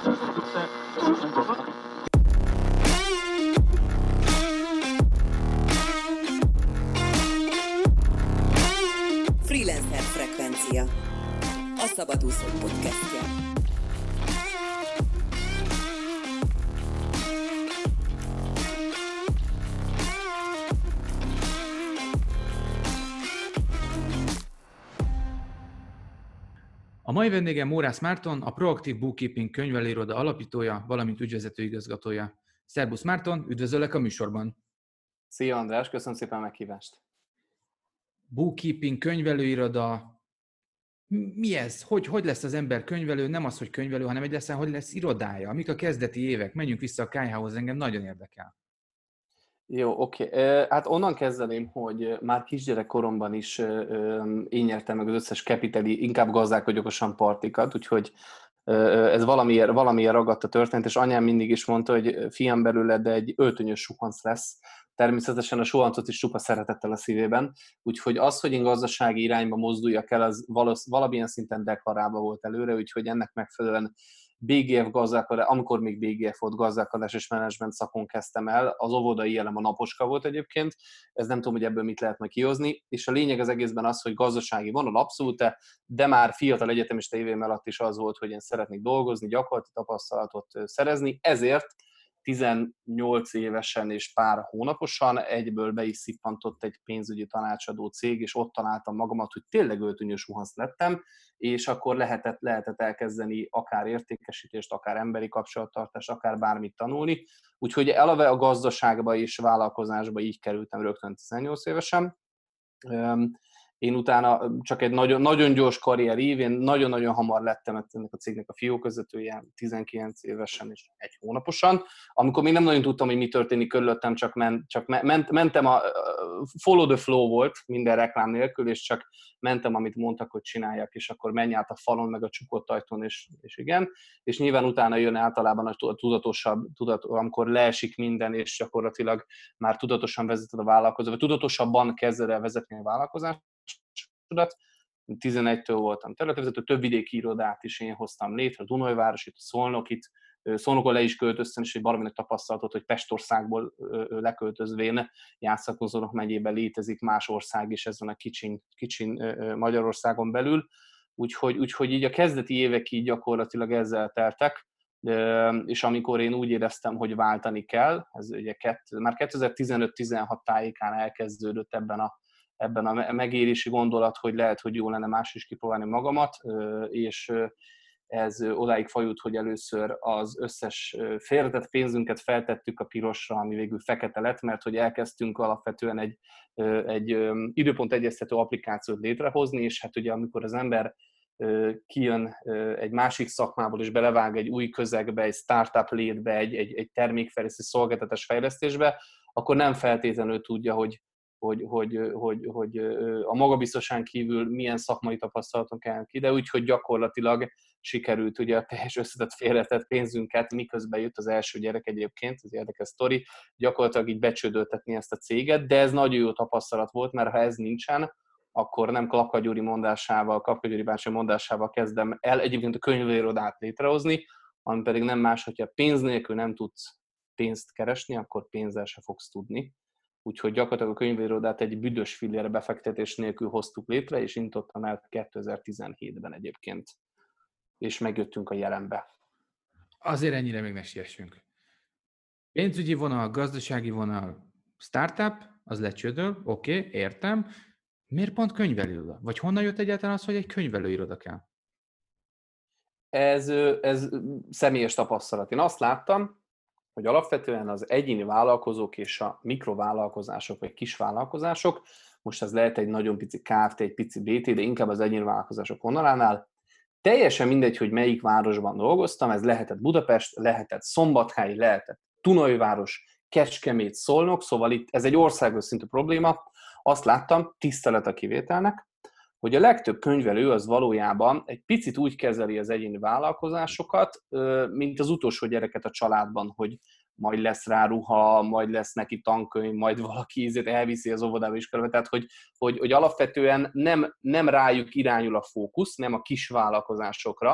Freelancer Frekvencia, a szabadúszók podcastja. A mai vendégem Mórász Márton, a Proaktív Bookkeeping könyvelőiroda alapítója, valamint ügyvezető igazgatója. Szerbusz Márton, üdvözöllek a műsorban! Szia András, köszönöm szépen a meghívást! Bookkeeping könyvelőiroda, mi ez? Hogy lesz az ember könyvelő? Nem az, hogy könyvelő, hanem egyáltalán, hogy lesz irodája? Mik a kezdeti évek? Menjünk vissza a KH-hoz, engem nagyon érdekel. Jó, oké. Hát onnan kezdeném, hogy már kisgyerekkoromban is én nyertem meg az összes Capitali, inkább gazdálkodj okosan partikat, úgyhogy ez valamiért ragadt a történet, és anyám mindig is mondta, hogy fiam belőled egy öltönyös suhanc lesz. Természetesen a suhancot is csupa szeretettel a szívében, úgyhogy az, hogy én gazdasági irányba mozduljak el, az valamilyen szinten deklarálva volt előre, úgyhogy ennek megfelelően BGF gazdálkodás, amikor még BGF volt, gazdálkodás és menedzsment szakon kezdtem el, az óvodai elem a naposka volt egyébként, ez nem tudom, hogy ebből mit lehet meg kihozni, és a lényeg az egészben az, hogy gazdasági vonal abszolút, de már fiatal egyetemista évém alatt is az volt, hogy én szeretnék dolgozni, gyakorlati tapasztalatot szerezni, ezért 18 évesen és pár hónaposan egyből be is szippantott egy pénzügyi tanácsadó cég, és ott találtam magamat, hogy tényleg öltönyös suhanc lettem, és akkor lehetett elkezdeni akár értékesítést, akár emberi kapcsolattartást, akár bármit tanulni. Úgyhogy eleve a gazdaságba és vállalkozásba így kerültem rögtön 18 évesen. Én utána csak egy nagyon, nagyon gyors karrier évén, nagyon-nagyon hamar lettem ennek a cégnek a fiókvezetője, 19 évesen és egy hónaposan, amikor még nem nagyon tudtam, hogy mi történik körülöttem, csak mentem, follow the flow volt minden reklám nélkül, és csak mentem, amit mondtak, hogy csináljak, és akkor menj át a falon, meg a csukott ajtón, és igen. És nyilván utána jön általában a tudatosabb, amikor leesik minden, és gyakorlatilag már tudatosan vezeted a vállalkozást, vagy tudatosabban kezded el vezetni a vállalkozást. 11-től voltam területvezető, több vidéki irodát is én hoztam létre, a Dunajvárosit, a Szolnokit, Szolnokon le is költöztem, és egy baromi nagy tapasztalatot, hogy Pestországból leköltözvén Jászak-Kozorok megyében létezik más ország is ezen a kicsin Magyarországon belül. Úgyhogy így a kezdeti évek így gyakorlatilag ezzel teltek, és amikor én úgy éreztem, hogy váltani kell, ez ugye már 2015-16 tájékán elkezdődött ebben a megérési gondolat, hogy lehet, hogy jó lenne más is kipróbálni magamat, és ez odáig fajult, hogy először az összes félretett pénzünket feltettük a pirosra, ami végül fekete lett, mert hogy elkezdtünk alapvetően egy időpontegyeztető applikációt létrehozni, és hát ugye amikor az ember kijön egy másik szakmából, és belevág egy új közegbe, egy startup létbe, egy termékfejlesztő szolgáltatás fejlesztésbe, akkor nem feltétlenül tudja, hogy a magabiztosán kívül milyen szakmai tapasztalaton kell ki, de úgyhogy gyakorlatilag sikerült ugye a teljes összetett félretett pénzünket, miközben jött az első gyerek egyébként, ez érdekes sztori, gyakorlatilag így becsődöltetni ezt a céget, de ez nagyon jó tapasztalat volt, mert ha ez nincsen, akkor nem Klapka Gyuri bácsi mondásával kezdem el egyébként a könyvelőirodát létrehozni, hanem pedig nem más, hogyha pénz nélkül nem tudsz pénzt keresni, akkor pénzzel se fogsz tudni. Úgyhogy gyakorlatilag a könyvelőirodát egy büdös fillére befektetés nélkül hoztuk létre, és indítottam el 2017-ben egyébként. És megjöttünk a jelenbe. Azért ennyire még ne siessünk. Pénzügyi vonal, gazdasági vonal, startup, az lecsődöl, oké, értem. Miért pont könyvelőiroda? Vagy honnan jött egyáltalán az, hogy egy könyvelőiroda kell? Ez személyes tapasztalat. Én azt láttam, hogy alapvetően az egyéni vállalkozók és a mikrovállalkozások, vagy kisvállalkozások, most ez lehet egy nagyon pici Kft., egy pici BT, de inkább az egyéni vállalkozások vonalánál, teljesen mindegy, hogy melyik városban dolgoztam, ez lehetett Budapest, lehetett Szombathely, lehetett Dunajváros, Kecskemét, Szolnok, szóval itt ez egy országos szintű probléma. Azt láttam, tisztelet a kivételnek, hogy a legtöbb könyvelő az valójában egy picit úgy kezeli az egyéni vállalkozásokat, mint az utolsó gyereket a családban, hogy majd lesz rá ruha, majd lesz neki tankönyv, majd valaki elviszi az óvodába iskolába. Tehát, hogy alapvetően nem rájuk irányul a fókusz, nem a kis vállalkozásokra,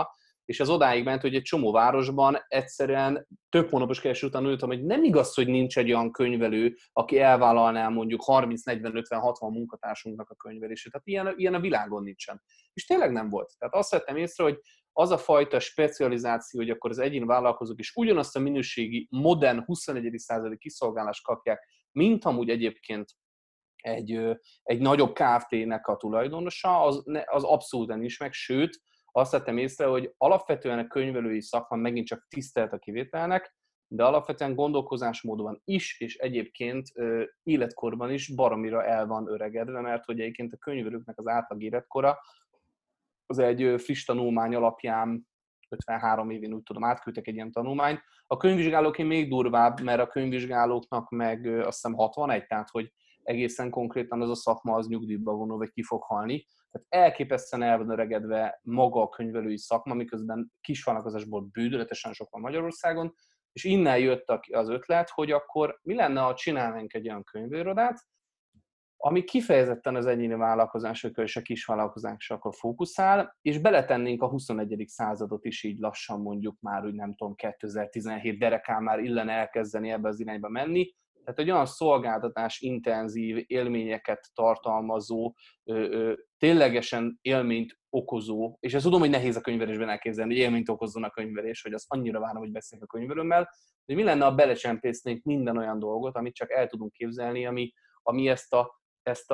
és ez odáig ment, hogy egy csomó városban egyszerűen több hónapos keresés után úgy hogy nem igaz, hogy nincs egy olyan könyvelő, aki elvállalná mondjuk 30-40-50-60 munkatársunknak a könyvelését. Tehát ilyen a világon nincsen. És tényleg nem volt. Tehát azt vettem észre, hogy az a fajta specializáció, hogy akkor az egyéni vállalkozók is ugyanazt a minőségi, modern 21. századi kiszolgálást kapják, mint amúgy egyébként egy nagyobb Kft-nek a tulajdonosa, az abszolút nem is meg, sőt, azt vettem észre, hogy alapvetően a könyvelői szakma megint csak tisztelt a kivételnek, de alapvetően gondolkozásmódban is, és egyébként életkorban is baromira el van öregedve, mert hogy egyébként a könyvelőknek az átlag életkora az egy friss tanulmány alapján 53 évén úgy tudom, átküldtek egy ilyen tanulmányt. A könyvvizsgálóké még durvább, mert a könyvvizsgálóknak meg azt hiszem 61, tehát hogy egészen konkrétan az a szakma az nyugdíjba vonul, vagy ki fog halni. Tehát elképesztően el van öregedve maga a könyvelői szakma, miközben kisvállalkozásból bődületesen sok van Magyarországon, és innen jött az ötlet, hogy akkor mi lenne, ha csinálnánk egy olyan könyvirodát, ami kifejezetten az egyéni vállalkozásokra és a kisvállalkozásokra fókuszál, és beletennénk a 21. századot is így lassan mondjuk már, úgy nem tudom, 2017 derekán már illene elkezdeni ebbe az irányba menni. Tehát egy olyan szolgáltatás intenzív, élményeket tartalmazó, ténylegesen élményt okozó, és ezt tudom, hogy nehéz a könyvelésben elképzelni, hogy élményt okozzon a könyvelés, hogy azt annyira várom, hogy beszéljek a könyvelőmmel, hogy mi lenne, ha belecsempésznénk minden olyan dolgot, amit csak el tudunk képzelni, ami ezt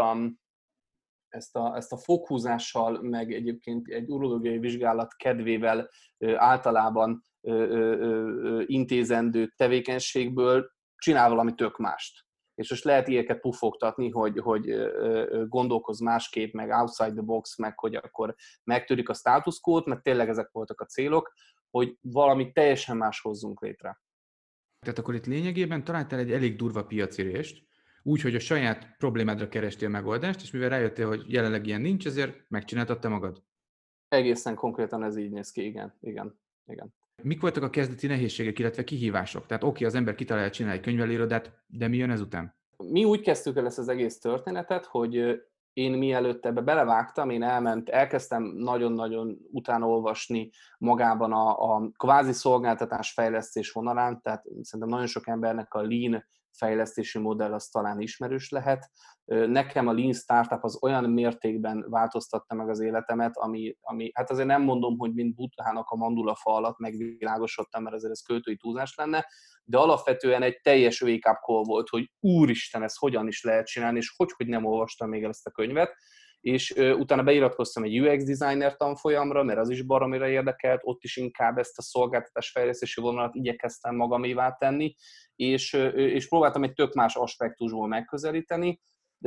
a foghúzással, meg egyébként egy urológiai vizsgálat kedvével általában intézendő tevékenységből csinál valami tök mást. És most lehet ilyeneket pufogtatni, hogy gondolkozz másképp, meg outside the box, meg hogy akkor megtörik a status quo-t, mert tényleg ezek voltak a célok, hogy valami teljesen más hozzunk létre. Tehát akkor itt lényegében találtál egy elég durva piacirést, úgy, hogy a saját problémádra kerestél megoldást, és mivel rájöttél, hogy jelenleg ilyen nincs, ezért megcsináltad te magad. Egészen konkrétan ez így néz ki, igen. Mik voltak a kezdeti nehézségek, illetve kihívások? Tehát oké, az ember kitalálja csinálni egy könyvelőirodát, de mi jön ezután? Mi úgy kezdtük el ezt az egész történetet, hogy én mielőtt ebbe belevágtam, elkezdtem nagyon-nagyon utána olvasni magában a kvázi szolgáltatás fejlesztés vonalán, tehát szerintem nagyon sok embernek a lean fejlesztési modell az talán ismerős lehet. Nekem a Lean Startup az olyan mértékben változtatta meg az életemet, ami hát azért nem mondom, hogy mint Buddhának a mandulafa alatt megvilágosodtam, mert azért ez költői túlzás lenne, de alapvetően egy teljes wake-up call volt, hogy úristen, ezt hogyan is lehet csinálni, és hogy nem olvastam még el ezt a könyvet. És utána beiratkoztam egy UX designer tanfolyamra, mert az is baromira érdekelt, ott is inkább ezt a szolgáltatás fejlesztési vonalat igyekeztem magamévá tenni, és próbáltam egy tök más aspektusból megközelíteni.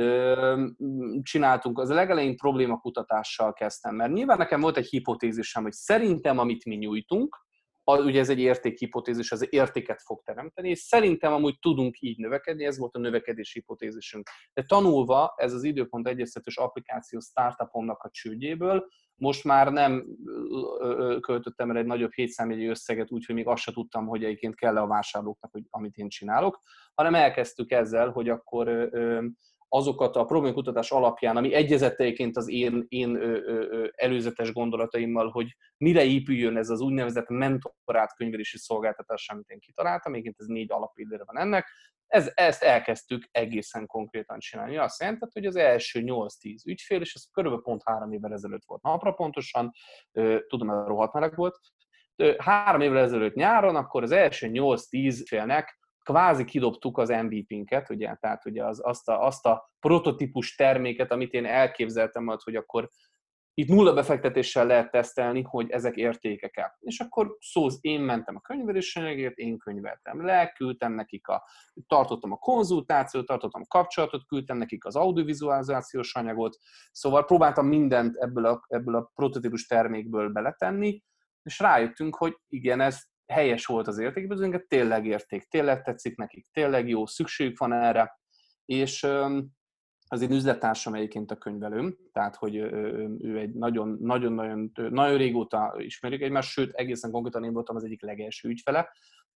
Csináltunk, az legelején problémakutatással kezdtem, mert nyilván nekem volt egy hipotézisem, hogy szerintem, amit mi nyújtunk, ugye ez egy értékhipotézis, az értéket fog teremteni, és szerintem amúgy tudunk így növekedni, ez volt a növekedési hipotézisünk. De tanulva ez az időpont egyeztetős applikáció startupomnak a csődjéből, most már nem költöttem el egy nagyobb hétszámjegyű összeget, úgyhogy még azt se tudtam, hogy egyébként kell-e a vásárlóknak, hogy amit én csinálok, hanem elkezdtük ezzel, hogy akkor azokat a problémakutatás alapján, ami egyezett egyébként az én előzetes gondolataimmal, hogy mire épüljön ez az úgynevezett mentorált könyvelési szolgáltatás, amit én kitaláltam, egyébként ez 4 alapillére van ennek, ezt elkezdtük egészen konkrétan csinálni. Azt jelenti, hogy az első 8-10 ügyfél, és ez körülbelül pont 3 évvel ezelőtt volt napra pontosan, tudom, hogy rohadt meleg volt, 3 évvel ezelőtt nyáron, akkor az első 8-10 ügyfélnek kvázi kidobtuk az MVP-nket, ugye, tehát ugye azt a prototípus terméket, amit én elképzeltem, hogy akkor itt nulla befektetéssel lehet tesztelni, hogy ezek értékek-e. És akkor én mentem a könyvelésanyagért, én könyveltem le, küldtem nekik tartottam a konzultációt, tartottam a kapcsolatot, küldtem nekik az audiovizualizációs anyagot, szóval próbáltam mindent ebből a prototípus termékből beletenni, és rájöttünk, hogy igen, ez helyes volt az értékbizonyíték, tényleg érték, tényleg tetszik nekik, tényleg jó, szükségük van erre, és az én üzlettársam egyébként a könyvelőm, tehát hogy ő egy nagyon régóta ismerjük egymást, sőt egészen konkrétan én voltam az egyik legelső ügyfele,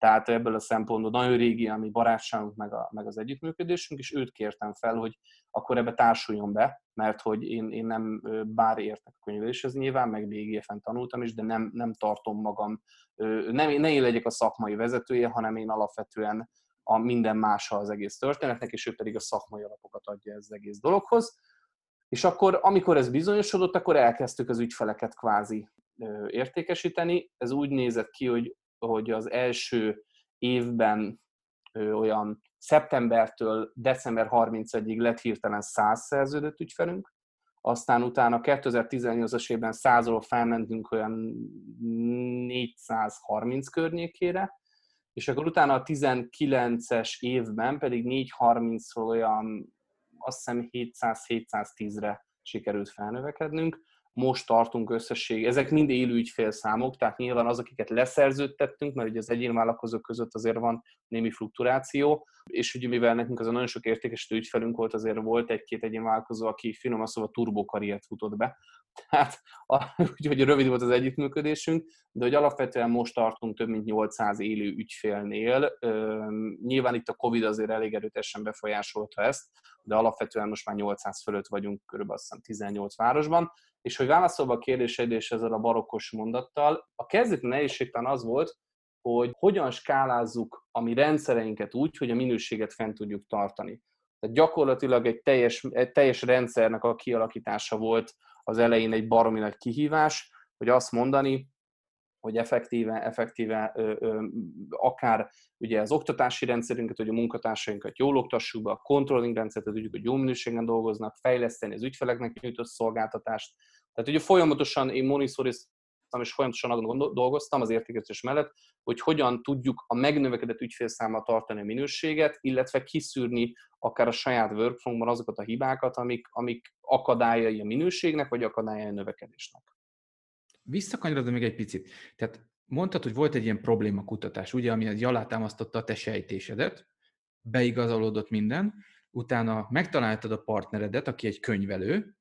Tehát ebből a szempontból nagyon régi a mi barátságunk, meg az együttműködésünk, és őt kértem fel, hogy akkor ebbe társuljon be, mert hogy én nem, bár értek a könyveléshez nyilván, meg BGF-en tanultam is, de nem tartom magam, ne én legyek a szakmai vezetője, hanem én alapvetően a minden mása az egész történetnek, és ő pedig a szakmai alapokat adja ez az egész dologhoz. És akkor, amikor ez bizonyosodott, akkor elkezdtük az ügyfeleket kvázi értékesíteni. Ez úgy nézett ki, hogy az első évben olyan szeptembertől december 31-ig lett hirtelen 100 szerződött ügyfelünk, aztán utána 2018-as évben 100-ról felmentünk olyan 430 környékére, és akkor utána a 19-es évben pedig 430-ról olyan azt hiszem 700-710-re sikerült felnövekednünk. Most tartunk összesség, ezek mind élő ügyfélszámok, tehát nyilván az, akiket leszerződtettünk, mert ugye az egyéni vállalkozók között azért van némi fluktuáció, és ugye mivel nekünk az a nagyon sok értékesítő ügyfelünk volt, azért volt egy-két egyéni vállalkozó, aki finoman szóval turbokarriert futott be. Tehát úgyhogy rövid volt az együttműködésünk, de hogy alapvetően most tartunk több mint 800 élő ügyfélnél. Nyilván itt a Covid azért elég erőteljesen befolyásolta ezt, de alapvetően most már 800 fölött vagyunk, körülbelül azt hiszem 18 városban. És hogy válaszolva a kérdésedre és ezzel a barokkos mondattal, a kezdeti nehézség talán az volt, hogy hogyan skálázzuk a mi rendszereinket úgy, hogy a minőséget fent tudjuk tartani. Tehát gyakorlatilag egy teljes rendszernek a kialakítása volt az elején egy baromi nagy kihívás, hogy azt mondani, hogy effektíve akár ugye az oktatási rendszerünket, hogy a munkatársainkat jól oktassuk be, a controlling rendszert, hogy tudjuk, hogy jó minőségen dolgoznak, fejleszteni az ügyfeleknek nyújtott szolgáltatást. Tehát ugye folyamatosan én monitoroztam és folyamatosan azon dolgoztam az értékesítés mellett, hogy hogyan tudjuk a megnövekedett ügyfélszámmal tartani a minőséget, illetve kiszűrni akár a saját workflow-ban azokat a hibákat, amik akadályai a minőségnek, vagy akadályai a növekedésnek. Visszakanyarodom még egy picit. Tehát mondtad, hogy volt egy ilyen problémakutatás, ugye, ami alátámasztotta a te sejtésedet, beigazolódott minden, utána megtaláltad a partneredet, aki egy könyvelő,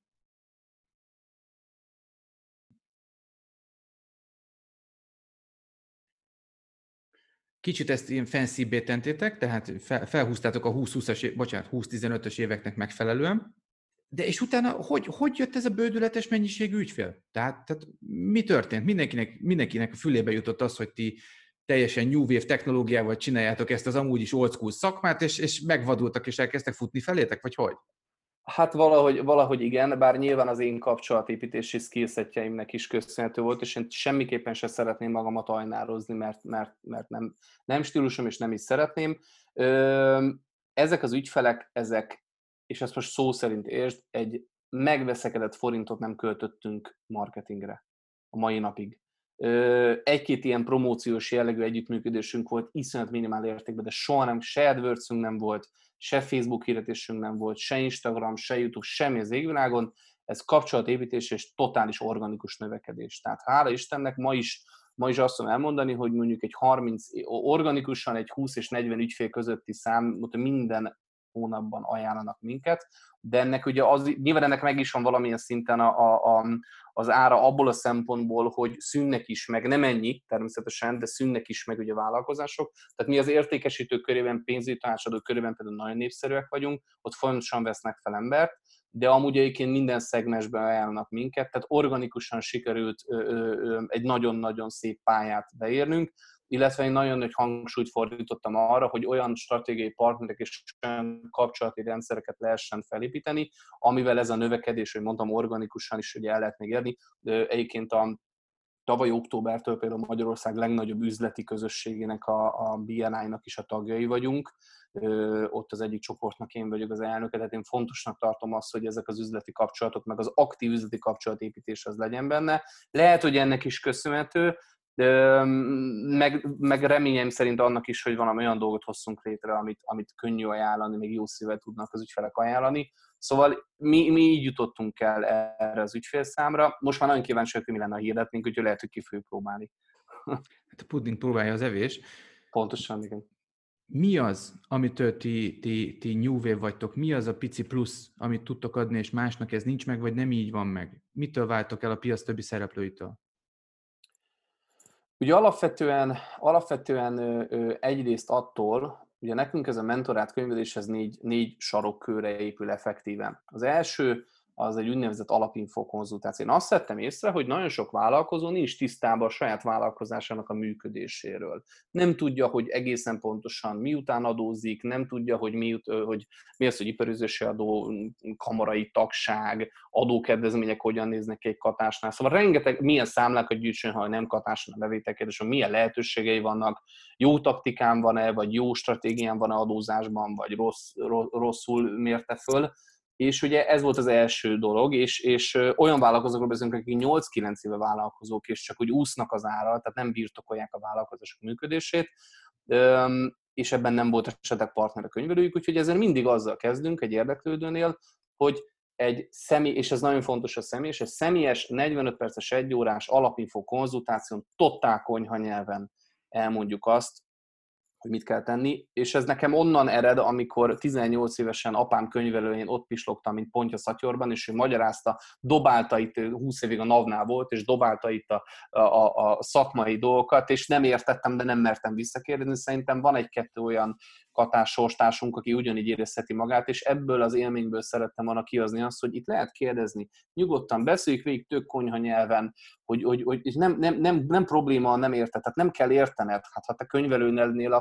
kicsit ezt ilyen fancy-bé tentétek, tehát felhúztátok a 20-15-ös éveknek megfelelően, de és utána hogy jött ez a bődületes mennyiségű ügyfél? Tehát mi történt? Mindenkinek a fülébe jutott az, hogy ti teljesen new wave technológiával csináljátok ezt az amúgy is old school szakmát, és megvadultak, és elkezdtek futni felétek, vagy hogy? Hát valahogy igen, bár nyilván az én kapcsolatépítési skillsetjeimnek is köszönhető volt, és én semmiképpen se szeretném magamat ajnározni, mert nem stílusom, és nem is szeretném. Ezek az ügyfelek, és ezt most szó szerint értsd, egy megveszekedett forintot nem költöttünk marketingre a mai napig. Egy-két ilyen promóciós jellegű együttműködésünk volt, iszonyat minimál értékben, de soha nem, se AdWords-ünk nem volt, se Facebook hirdetésünk nem volt, se Instagram, se YouTube, semmi az égvilágon. Ez kapcsolatépítés és totális organikus növekedés. Tehát hála Istennek ma is azt tudom elmondani, hogy mondjuk egy 30, organikusan egy 20 és 40 ügyfél közötti szám minden hónapban ajánlanak minket, de ennek ugye nyilván ennek meg is van valamilyen szinten az ára abból a szempontból, hogy szűnnek is meg, nem ennyi természetesen, de szűnnek is meg ugye a vállalkozások. Tehát mi az értékesítők körében, pénzügyi tanácsadók körében például nagyon népszerűek vagyunk, ott folyamatosan vesznek fel embert, de amúgy egyébként minden szegmensben ajánlanak minket, tehát organikusan sikerült egy nagyon-nagyon szép pályát beérnünk, illetve én nagyon nagy hangsúlyt fordítottam arra, hogy olyan stratégiai partnerek és olyan kapcsolati rendszereket lehessen felépíteni, amivel ez a növekedés, hogy mondtam, organikusan is ugye el lehet még érni. Egyébként a tavaly októbertől például Magyarország legnagyobb üzleti közösségének, a BNI-nak is a tagjai vagyunk. Ott az egyik csoportnak én vagyok az elnöke, tehát én fontosnak tartom azt, hogy ezek az üzleti kapcsolatok, meg az aktív üzleti kapcsolatépítés az legyen benne. Lehet, hogy ennek is köszönhető, meg reményeim szerint annak is, hogy valami olyan dolgot hozzunk létre, amit könnyű ajánlani, még jó szívvel tudnak az ügyfelek ajánlani. Szóval mi így jutottunk el erre az ügyfélszámra. Most már nagyon kíváncsiak, hogy mi lenne, ha hirdetnénk, úgyhogy lehet, hogy ki fogjuk próbálni. Hát a pudding próbálja az evés. Pontosan, igen. Mi az, amitől ti new wave vagytok? Mi az a pici plusz, amit tudtok adni, és másnak ez nincs meg, vagy nem így van meg? Mitől váltok el a piac többi szereplőitől? Ugye alapvetően egyrészt attól, ugye nekünk ez a mentorált könyvelés, ez négy sarokkörre épül effektíven. Az első az egy úgynevezett alapinfo konzultáció. Én azt vettem észre, hogy nagyon sok vállalkozó nincs tisztában a saját vállalkozásának a működéséről. Nem tudja, hogy egészen pontosan miután adózik, nem tudja, hogy mi az, hogy iparüzési adó, kamarai tagság, adókedvezmények hogyan néznek ki egy katásnál. Szóval rengeteg milyen számlákat gyűjtsön, ha nem katáson a bevételkedés, hogy milyen lehetőségei vannak, jó taktikán van-e, vagy jó stratégián van-e adózásban, vagy rosszul mérte föl. És ugye ez volt az első dolog, és olyan vállalkozókról beszélünk, akik 8-9 éve vállalkozók, és csak úgy úsznak az ára, tehát nem birtokolják a vállalkozások működését, és ebben nem volt esetleg partner a könyvelőjük, úgyhogy ezzel mindig azzal kezdünk egy érdeklődőnél, hogy egy személy, és ez nagyon fontos a személy, és egy személyes 45 perces 1 órás alapinfo konzultáción totál konyha nyelven elmondjuk azt, hogy mit kell tenni, és ez nekem onnan ered, amikor 18 évesen apám könyvelőjén ott pislogtam, mint Pontya Szatyorban, és ő magyarázta, dobálta itt, 20 évig a NAV-nál volt, és dobálta itt a szakmai dolgokat, és nem értettem, de nem mertem visszakérdezni. Szerintem van egy-kettő olyan katás sorstársunk, aki ugyanígy érezheti magát, és ebből az élményből szerettem volna kihozni azt, hogy itt lehet kérdezni, nyugodtan beszéljük végig tök konyha nyelven, hogy nem probléma, nem érted, tehát nem kell értened, hát ha te könyvelő lennél,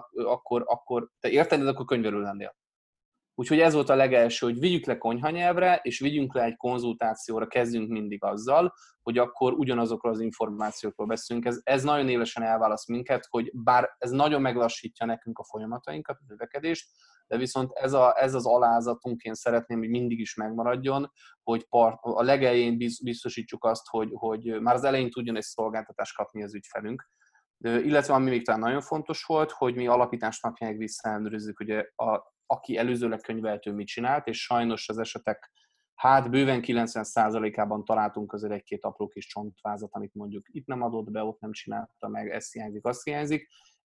akkor te értened, akkor könyvelő lennél. Úgyhogy ez volt a legelső, hogy vigyük le konyhanyelvre, és vigyünk le egy konzultációra, kezdjünk mindig azzal, hogy akkor ugyanazokról az információkról beszélünk. Ez nagyon élesen elválaszt minket, hogy bár ez nagyon meglassítja nekünk a folyamatainkat, a növekedést, de viszont ez az alázatunk, én szeretném, hogy mindig is megmaradjon, hogy a legelején biztosítsuk azt, hogy már az elején tudjon egy szolgáltatást kapni az ügyfelünk. Illetve ami még talán nagyon fontos volt, hogy mi alapítás napjáig visszaellenőrizzük, ugye aki előzőleg könyveltő mit csinált, és sajnos az esetek bőven 90%-ában találtunk azért egy-két apró kis csontvázat, amit mondjuk itt nem adott be, ott nem csinálta meg, ez hiányzik, azt hiányzik.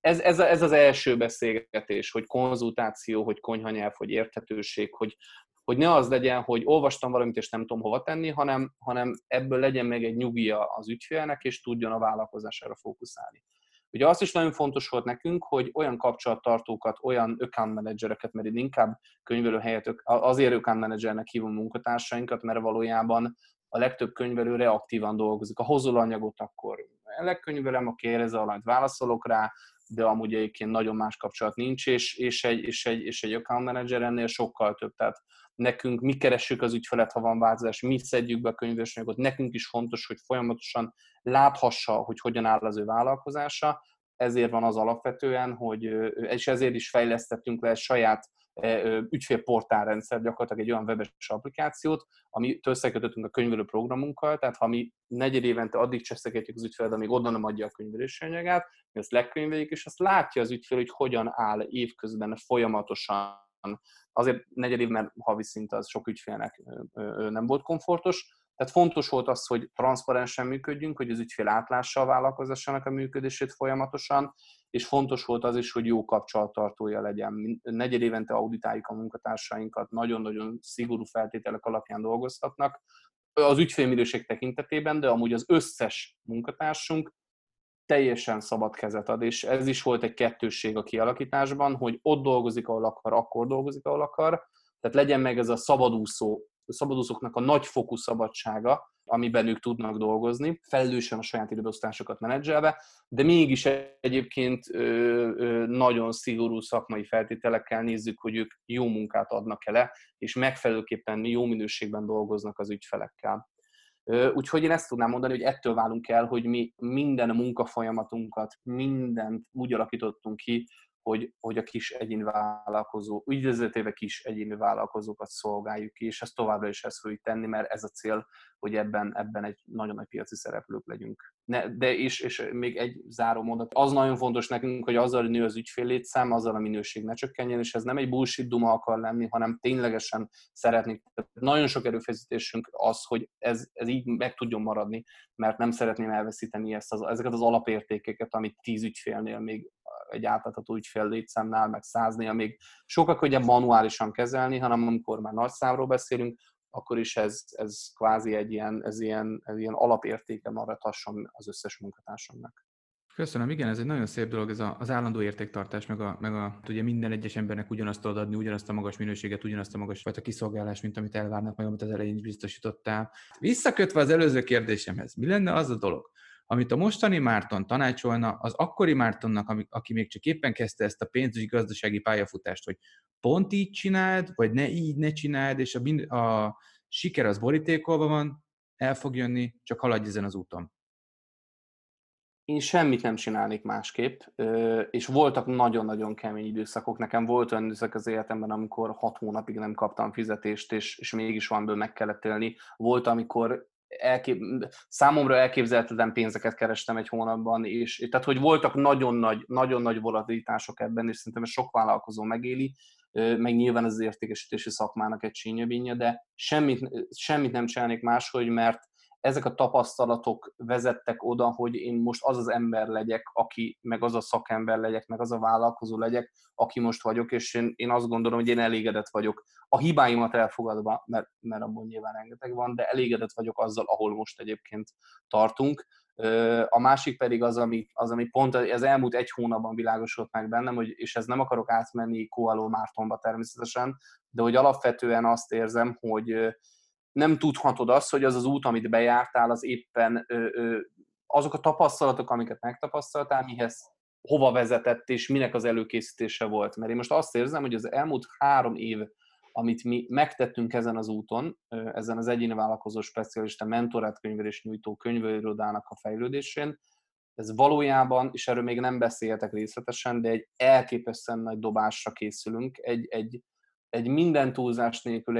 Ez az első beszélgetés, hogy konzultáció, hogy konyhanyelv, hogy érthetőség, hogy ne az legyen, hogy olvastam valamit, és nem tudom hova tenni, hanem ebből legyen meg egy nyugija az ügyfélnek, és tudjon a vállalkozására fókuszálni. Ugye az is nagyon fontos volt nekünk, hogy olyan kapcsolattartókat, olyan account managereket, mert én inkább könyvelő helyett azért account managernek hívom munkatársainkat, mert valójában a legtöbb könyvelő reaktívan dolgozik. Ha hozol anyagot, akkor legkönyvelem, oké, ez alatt válaszolok rá, de amúgy egyébként nagyon más kapcsolat nincs, és egy account manager ennél sokkal több. Tehát nekünk mi keressük az ügyfelet, ha van változás, mi szedjük be a könyvelős anyagot, nekünk is fontos, hogy folyamatosan láthassa, hogy hogyan áll az ő vállalkozása, ezért van az alapvetően, és ezért is fejlesztettünk le egy saját ügyfélportálrendszer, gyakorlatilag egy olyan webes applikációt, amit összekötöttünk a könyvelő programunkkal, tehát ha mi negyed évente addig cseszegetjük az ügyfelet, amíg oda nem adja a könyvelési anyagát, mi azt lekönyveljük, és azt látja az ügyfél, hogy hogyan áll évközben folyamatosan. Azért negyed év, mert havi szint az sok ügyfélnek nem volt komfortos. Tehát fontos volt az, hogy transzparensen működjünk, hogy az ügyfél átlássa a vállalkozásának a működését folyamatosan, és fontos volt az is, hogy jó kapcsolattartója legyen. Negyed évente auditáljuk a munkatársainkat, nagyon-nagyon szigorú feltételek alapján dolgozhatnak az ügyfélminőség tekintetében, de amúgy az összes munkatársunk teljesen szabad kezet ad, és ez is volt egy kettősség a kialakításban, hogy ott dolgozik, ahol akar, akkor dolgozik, ahol akar, tehát legyen meg ez a szabadúszóknak a nagyfokú szabadsága, amiben ők tudnak dolgozni, felelősen a saját időbeosztásokat menedzselve, de mégis egyébként nagyon szigorú szakmai feltételekkel nézzük, hogy ők jó munkát adnak el, és megfelelőképpen jó minőségben dolgoznak az ügyfelekkel. Úgyhogy én ezt tudnám mondani, hogy ettől válunk el, hogy mi minden munkafolyamatunkat, mindent úgy alakítottunk ki, hogy a kis egyéni vállalkozó, ügyvezetőbe kis egyéni vállalkozókat szolgáljuk ki, és ezt továbbra is ezt fogjuk tenni, mert ez a cél, hogy ebben egy nagyon nagy piaci szereplők legyünk. És még egy záró mondat. Az nagyon fontos nekünk, hogy azzal nő az ügyféllétszám, azzal a minőség ne csökkenjen, és ez nem egy bullshit duma akar lenni, hanem ténylegesen szeretnénk. Nagyon sok erőfeszítésünk az, hogy ez így meg tudjon maradni, mert nem szeretném elveszíteni ezeket az alapértékeket, amit 10 ügyfélnél még egy átlátható ügyfél létszámnál, meg 100-nél még sokkal könnyebb manuálisan kezelni, hanem amikor már nagy számról beszélünk, akkor is ez kvázi egy ilyen alapértéke maradhasson az összes munkatársamnak. Köszönöm, igen, ez egy nagyon szép dolog, ez az állandó értéktartás, ugye minden egyes embernek ugyanazt tudod adni, ugyanazt a magas minőséget, ugyanazt a magas fajta kiszolgálást, mint amit elvárnak, meg amit az elején is biztosítottál. Visszakötve az előző kérdésemhez, mi lenne az a dolog, amit a mostani Márton tanácsolna az akkori Mártonnak, aki még csak éppen kezdte ezt a pénzügyi gazdasági pályafutást, hogy pont így csináld, vagy ne csináld, és a siker az borítékolva van, el fog jönni, csak haladj ezen az úton. Én semmit nem csinálnék másképp, és voltak nagyon-nagyon kemény időszakok. Nekem volt olyan időszak az életemben, amikor 6 hónapig nem kaptam fizetést, és mégis valamiből meg kellett élni. Volt, amikor számomra elképzelhetetlen pénzeket kerestem egy hónapban, és tehát, hogy voltak nagyon nagy volatilitások ebben, és szerintem sok vállalkozó megéli, meg nyilván az értékesítési szakmának egy csínyabínja, de semmit nem csinálnék máshogy, mert ezek a tapasztalatok vezettek oda, hogy én most az az ember legyek, meg az a szakember legyek, meg az a vállalkozó legyek, aki most vagyok, és én azt gondolom, hogy én elégedett vagyok. A hibáimat elfogadva, mert abból nyilván rengeteg van, de elégedett vagyok azzal, ahol most egyébként tartunk. A másik pedig az, ami pont az elmúlt 1 hónapban világosult meg bennem, és ez nem akarok átmenni Koaló Mártonba természetesen, de hogy alapvetően azt érzem, hogy nem tudhatod azt, hogy az az út, amit bejártál, az éppen azok a tapasztalatok, amiket megtapasztaltál, mihez hova vezetett, és minek az előkészítése volt. Mert én most azt érzem, hogy az elmúlt 3 év, amit mi megtettünk ezen az úton, ezen az egyéni vállalkozó specialista mentorát könyvelés nyújtó könyvelőirodának a fejlődésén, ez valójában, és erről még nem beszéltek részletesen, de egy elképesztően nagy dobásra készülünk, egy minden túlzás nélkül,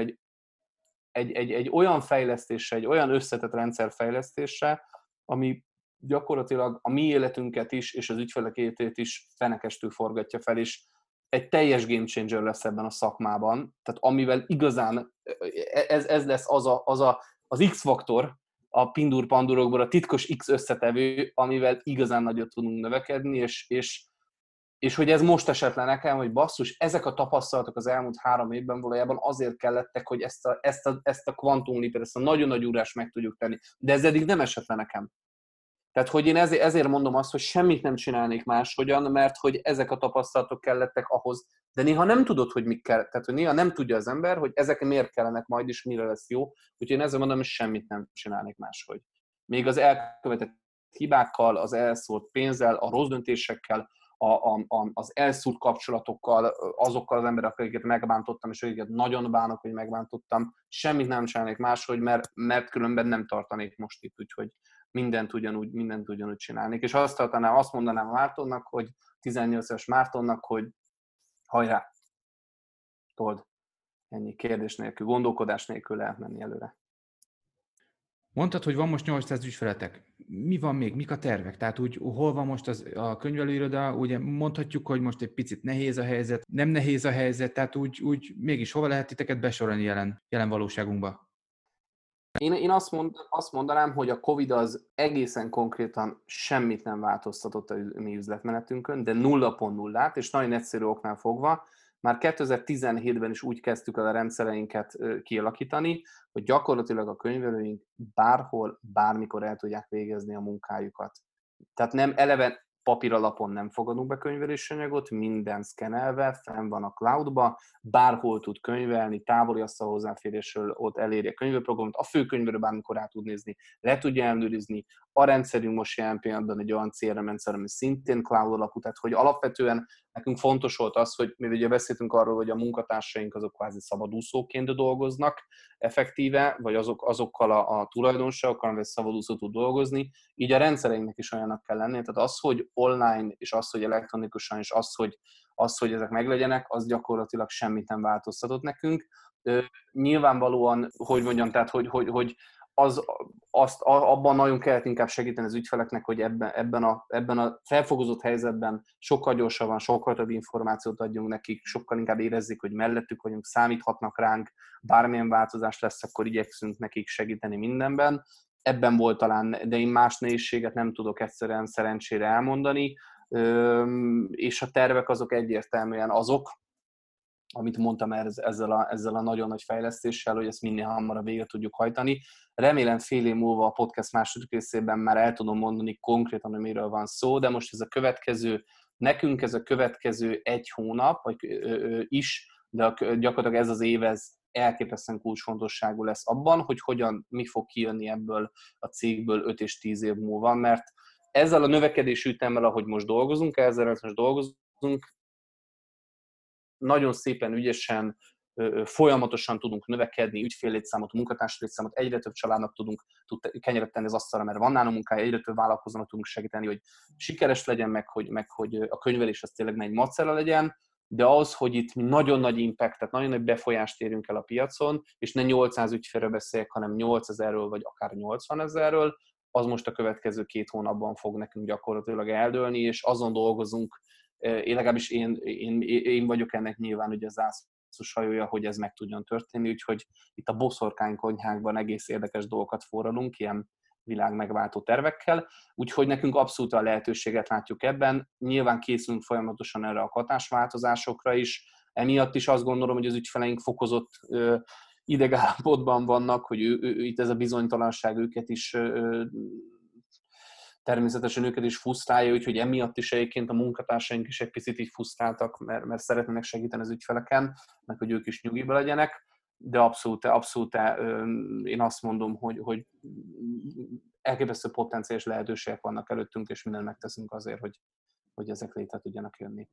egy olyan fejlesztésre, egy olyan összetett rendszer fejlesztésre, ami gyakorlatilag a mi életünket is, és az ügyfelek életét is fenekestül forgatja fel, és egy teljes game changer lesz ebben a szakmában. Tehát amivel igazán ez lesz az X-faktor, a pindur-pandurokból a titkos X összetevő, amivel igazán nagyot tudunk növekedni, és hogy ez most esett le nekem, hogy basszus, ezek a tapasztalatok az elmúlt 3 évben valójában azért kellettek, hogy ezt a quantum leap, ezt a nagyon nagy ugrást meg tudjuk tenni. De ez eddig nem esett le nekem. Tehát, hogy én ezért mondom azt, hogy semmit nem csinálnék máshogyan, mert hogy ezek a tapasztalatok kellettek ahhoz, de néha nem tudod, hogy mik kell, tehát hogy néha nem tudja az ember, hogy ezek miért kellenek majd, és mire lesz jó, úgyhogy én ezzel mondom, hogy semmit nem csinálnék máshogy. Még az elkövetett hibákkal, az elszórt pénzzel, a rossz döntésekkel, az elszúrt kapcsolatokkal, azokkal az emberekkel, akiket megbántottam, és akiket nagyon bánok, hogy megbántottam, semmit nem csinálnék máshogy, mert különben nem tartanék most itt, úgyhogy mindent ugyanúgy csinálnék. És azt mondanám a Mártonnak, hogy 18 éves Mártonnak, hogy hajrá, told, ennyi kérdés nélkül, gondolkodás nélkül lehet menni előre. Mondtad, hogy van most 800 ügyfeletek. Mi van még? Mik a tervek? Tehát úgy, hol van most a könyvelőiroda? Ugye mondhatjuk, hogy most egy picit nehéz a helyzet, nem nehéz a helyzet, tehát úgy mégis hova lehet titeket besorolni jelen valóságunkba? Én azt mondanám, hogy a Covid az egészen konkrétan semmit nem változtatott a mi üzletmenetünkön, de 0.0-át, és nagyon egyszerű oknál fogva, már 2017-ben is úgy kezdtük el a rendszereinket kialakítani, hogy gyakorlatilag a könyvelőink bárhol, bármikor el tudják végezni a munkájukat. Tehát nem eleve papíralapon nem fogadunk be könyvelési anyagot, minden szkenelve, fenn van a cloudba, bárhol tud könyvelni, távoli asztal hozzáférésről ott eléri a könyvőprogramot, a főkönyvről bármikor át tud nézni, le tudja ellenőrizni. A rendszerünk most jelen pillanatban egy olyan CRM rendszer, ami szintén cloud alapú, tehát hogy alapvetően nekünk fontos volt az, hogy mi ugye beszéltünk arról, hogy a munkatársaink azok kvázi szabadúszóként dolgoznak effektíve, vagy azokkal a tulajdonságokkal, amivel szabadúszó tud dolgozni, így a rendszereinknek is olyannak kell lenni. Tehát az, hogy online, és az, hogy elektronikusan, és az, hogy ezek meglegyenek, az gyakorlatilag semmit nem változtatott nekünk. Nyilvánvalóan, hogy mondjam, tehát, hogy abban nagyon kellett inkább segíteni az ügyfeleknek, hogy ebben a felfogozott helyzetben sokkal gyorsabban, sokkal több információt adjunk nekik, sokkal inkább érezzék, hogy mellettük vagyunk, számíthatnak ránk, bármilyen változás lesz, akkor igyekszünk nekik segíteni mindenben. Ebben volt talán, de én más nehézséget nem tudok egyszerűen szerencsére elmondani, és a tervek azok egyértelműen azok, amit mondtam ezzel a nagyon nagy fejlesztéssel, hogy ezt minél hamarabb végre tudjuk hajtani. Remélem fél év múlva a podcast második részében már el tudom mondani konkrétan, hogy miről van szó, de most nekünk ez a következő 1 hónap is, de gyakorlatilag ez az év, ez elképesztően kulcsfontosságú lesz abban, hogy mi fog kijönni ebből a cégből 5 és 10 év múlva, mert ezzel a növekedési ütemmel, ahogy most dolgozunk, nagyon szépen, ügyesen, folyamatosan tudunk növekedni, ügyféllétszámot, munkatárslétszámot, egyre több családnak tud kenyeret tenni az asztalra, mert van nálunk munkája, egyre több vállalkozónak tudunk segíteni, hogy sikeres legyen, meg hogy a könyvelés az tényleg ne egy macera legyen, de az, hogy itt nagyon nagy impactet, nagyon nagy befolyást érünk el a piacon, és ne 800 ügyfélről beszéljek, hanem 8000-ről, vagy akár 80 000-ről, az most a következő 2 hónapban fog nekünk gyakorlatilag eldőlni, és azon dolgozunk, legalábbis én vagyok ennek nyilván ugye az zászlós hajója, hogy ez meg tudjon történni, úgyhogy itt a boszorkány konyhákban egész érdekes dolgokat forralunk, ilyen világ megváltó tervekkel, úgyhogy nekünk abszolút a lehetőséget látjuk ebben. Nyilván készülünk folyamatosan erre a hatásváltozásokra is, emiatt is azt gondolom, hogy az ügyfeleink fokozott idegállapotban vannak, hogy itt ez a bizonytalanság őket is természetesen őket is frusztrálja, úgyhogy emiatt is egyébként a munkatársaink is egy picit így frusztráltak, mert szeretnének segíteni az ügyfeleken, meg hogy ők is nyugiba legyenek, de abszolút én azt mondom, hogy elképesztő potenciális lehetőségek vannak előttünk, és mindent megteszünk azért, hogy ezek létre tudjanak jönni.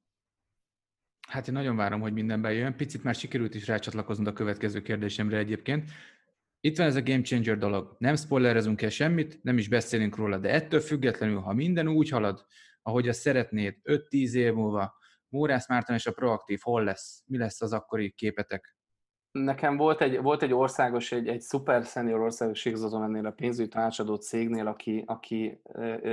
Hát én nagyon várom, hogy minden bejön. Picit már sikerült is rácsatlakoznod a következő kérdésemre egyébként. Itt van ez a game changer dolog. Nem spoilerezünk el semmit, nem is beszélünk róla, de ettől függetlenül, ha minden úgy halad, ahogy azt szeretnéd, 5-10 év múlva, Mórász Márton és a Proaktív hol lesz? Mi lesz az akkori képetek? Nekem volt egy országos, egy szuper senior országos igazgatom ennél a pénzügyi tanácsadó cégnél, aki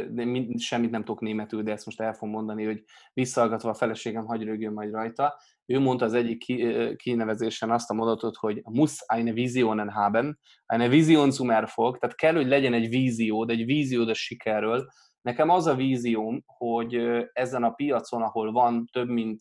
semmit nem tudok németül, de ezt most el fogom mondani, hogy visszahallgatva a feleségem, hagy rögjön majd rajta. Ő mondta az egyik kinevezésen azt a mondatot, hogy muss eine Visionen haben, eine Vision zum Erfolg, tehát kell, hogy legyen egy víziód a sikerről. Nekem az a vízióm, hogy ezen a piacon, ahol van több mint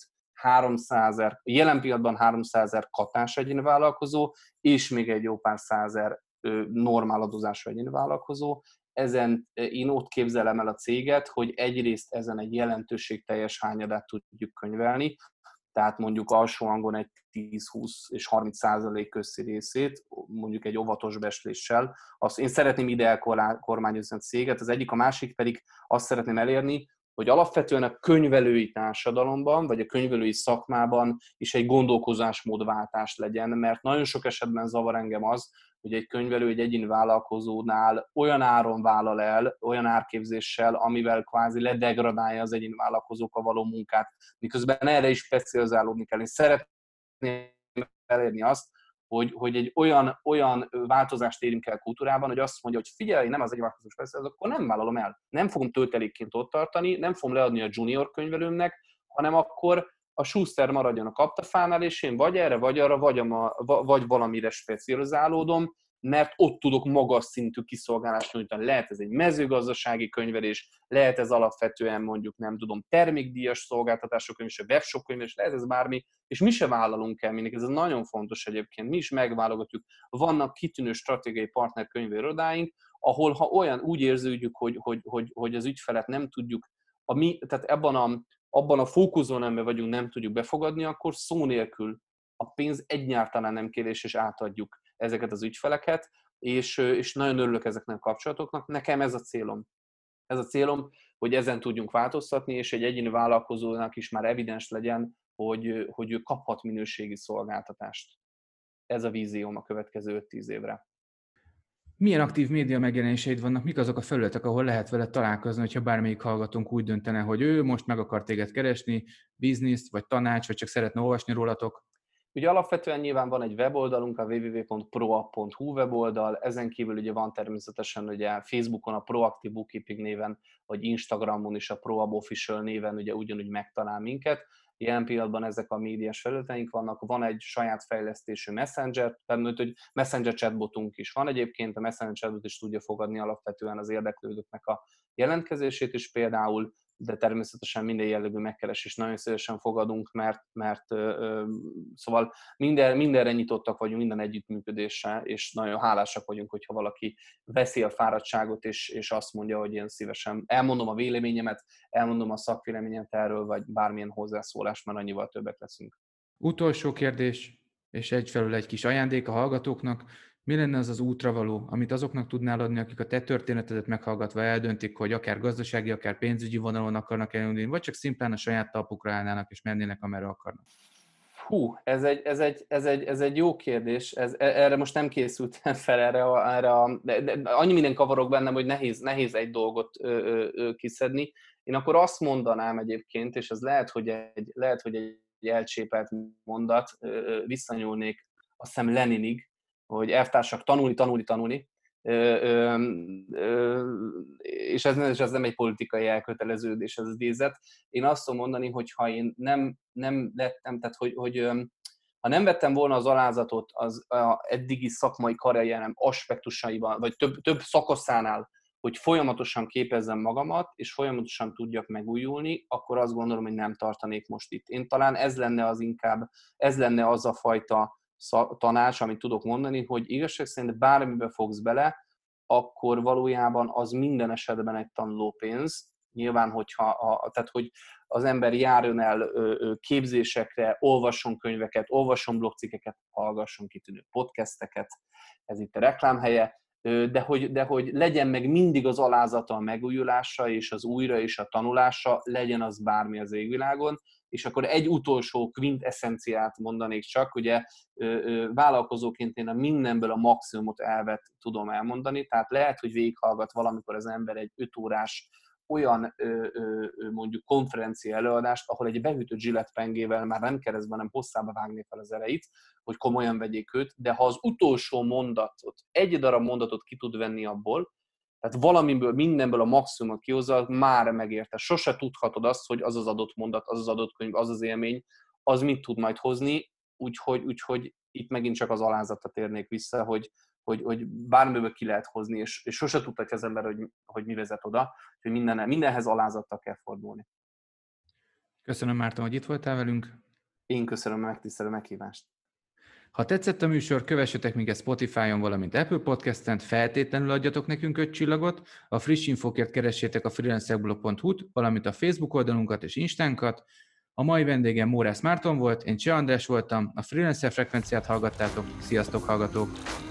300 000, jelen pillanatban 300 000 katás egyéni vállalkozó, és még egy jó pár százer normál adózású egyéni vállalkozó. Ezen én ott képzelem el a céget, hogy egyrészt ezen egy jelentőségteljes hányadát tudjuk könyvelni, tehát mondjuk alsó hangon egy 10-20 és 30% közti részét, mondjuk egy óvatos becsléssel. Én szeretném ide elkormányozni a céget, az egyik, a másik pedig azt szeretném elérni, hogy alapvetően a könyvelői társadalomban, vagy a könyvelői szakmában is egy gondolkozásmódváltás legyen, mert nagyon sok esetben zavar engem az, hogy egy könyvelő egy egyéni vállalkozónál olyan áron vállal el, olyan árképzéssel, amivel kvázi ledegradálja az egyéni vállalkozókkal való munkát, miközben erre is specializálódni kell. Én szeretném elérni azt, hogy egy olyan változást érünk el kultúrában, hogy azt mondja, hogy figyelj, nem az egy változás persze, akkor nem vállalom el. Nem fogom töltelékként ott tartani, nem fogom leadni a junior könyvelőmnek, hanem akkor a Schuster maradjon a kaptafánál, és én vagy erre, vagy arra, vagy valamire specializálódom, mert ott tudok magas szintű kiszolgálást nyújtani. Lehet ez egy mezőgazdasági könyvelés, lehet ez alapvetően mondjuk, nem tudom, termékdíjas szolgáltatások könyvelés, webshop könyvelés, lehet ez bármi, és mi se vállalunk el mindig, ez nagyon fontos egyébként, mi is megválogatjuk. Vannak kitűnő stratégiai partner könyveirodáink, ahol ha olyan úgy érződjük, hogy az ügyfelet nem tudjuk, tehát abban a fókuszónemben vagyunk, nem tudjuk befogadni, akkor szó nélkül a pénz egyáltalán nem kérés, és átadjuk ezeket az ügyfeleket, és nagyon örülök ezeknek a kapcsolatoknak. Nekem ez a célom. Ez a célom, hogy ezen tudjunk változtatni, és egy egyéni vállalkozónak is már evidens legyen, hogy ő kaphat minőségi szolgáltatást. Ez a vízióm a következő 5-10 évre. Milyen aktív média megjelenéseid vannak? Mik azok a felületek, ahol lehet vele találkozni, hogyha bármelyik hallgatónk úgy döntene, hogy ő most meg akar téged keresni, bizniszt, vagy tanács, vagy csak szeretne olvasni rólatok? Ugye alapvetően nyilván van egy weboldalunk, a www.proap.hu weboldal, ezen kívül ugye van természetesen ugye Facebookon a Proactive Bookkeeping néven, vagy Instagramon is a Proab Official néven ugye ugyanúgy megtalál minket. Jelen pillanatban ezek a médiás felületeink vannak, van egy saját fejlesztésű Messenger, tehát hogy Messenger chatbotunk is van egyébként, a Messenger chatbot is tudja fogadni alapvetően az érdeklődőknek a jelentkezését is például, de természetesen minden jellegű megkeresést nagyon szívesen fogadunk, mert szóval mindenre nyitottak vagyunk, minden együttműködésre, és nagyon hálásak vagyunk, hogyha valaki veszi a fáradtságot, és azt mondja, hogy én szívesen elmondom a véleményemet, elmondom a szakvéleményemet erről, vagy bármilyen hozzászólás, mert annyival többek leszünk. Utolsó kérdés, és egyfelől egy kis ajándék a hallgatóknak. Mi lenne az az útravaló, amit azoknak tudnál adni, akik a te történetedet meghallgatva eldöntik, hogy akár gazdasági, akár pénzügyi vonalon akarnak elindulni, vagy csak szimplán a saját talpukra állnának és mennének, amerre akarnak? Hú, ez egy jó kérdés. Erre most nem készültem fel, de annyi minden kavarok bennem, hogy nehéz egy dolgot kiszedni. Én akkor azt mondanám egyébként, és ez lehet, hogy egy elcsépelt mondat, visszanyúlnék azt hiszem Leninig, hogy elvtársak, tanulni, és ez nem egy politikai elköteleződés, ez az idézet. Én azt tudom mondani, hogy ha én nem lettem, tehát ha nem vettem volna az alázatot az eddigi szakmai karrierem aspektusaiban, vagy több szakaszánál, hogy folyamatosan képezzem magamat, és folyamatosan tudjak megújulni, akkor azt gondolom, hogy nem tartanék most itt. Én talán ez lenne az a fajta tanács, amit tudok mondani, hogy igazság szerint bármibe fogsz bele, akkor valójában az minden esetben egy tanulópénz. Nyilván, tehát hogy az ember járjon el képzésekre, olvasson könyveket, olvasson blogcikkeket, hallgasson kitűnő podcasteket, ez itt a reklámhelye, de hogy legyen meg mindig az alázata a megújulása, és az újra és a tanulása, legyen az bármi az égvilágon. És akkor egy utolsó quintessenciát mondanék csak, ugye vállalkozóként én a mindenből a maximumot elvet tudom elmondani, tehát lehet, hogy végighallgat valamikor az ember egy 5 órás olyan mondjuk konferencia előadást, ahol egy beütött zsilletpengével már nem keresztben, hanem hosszába vágné fel az elejét, hogy komolyan vegyék őt, de ha az utolsó mondatot, egy darab mondatot ki tud venni abból, tehát valamiből, mindenből a maximumot kihozza, már megérte. Sose tudhatod azt, hogy az az adott mondat, az az adott könyv, az az élmény, az mit tud majd hozni, úgyhogy itt megint csak az alázatra térnék vissza, hogy bármiből ki lehet hozni, és sose tudhatja az ember, hogy mi vezet oda, hogy mindenhez alázattal kell fordulni. Köszönöm, Márton, hogy itt voltál velünk. Én köszönöm a megtisztelő meghívást. Ha tetszett a műsor, kövessetek minket Spotify-on, valamint Apple Podcast-en, feltétlenül adjatok nekünk 5 csillagot, a friss infókért keressétek a freelancerblog.hu-t, valamint a Facebook oldalunkat és Instánkat. A mai vendégem Mórász Márton volt, én Cseh András voltam, a Freelancer Frekvenciát hallgattátok, sziasztok hallgatók!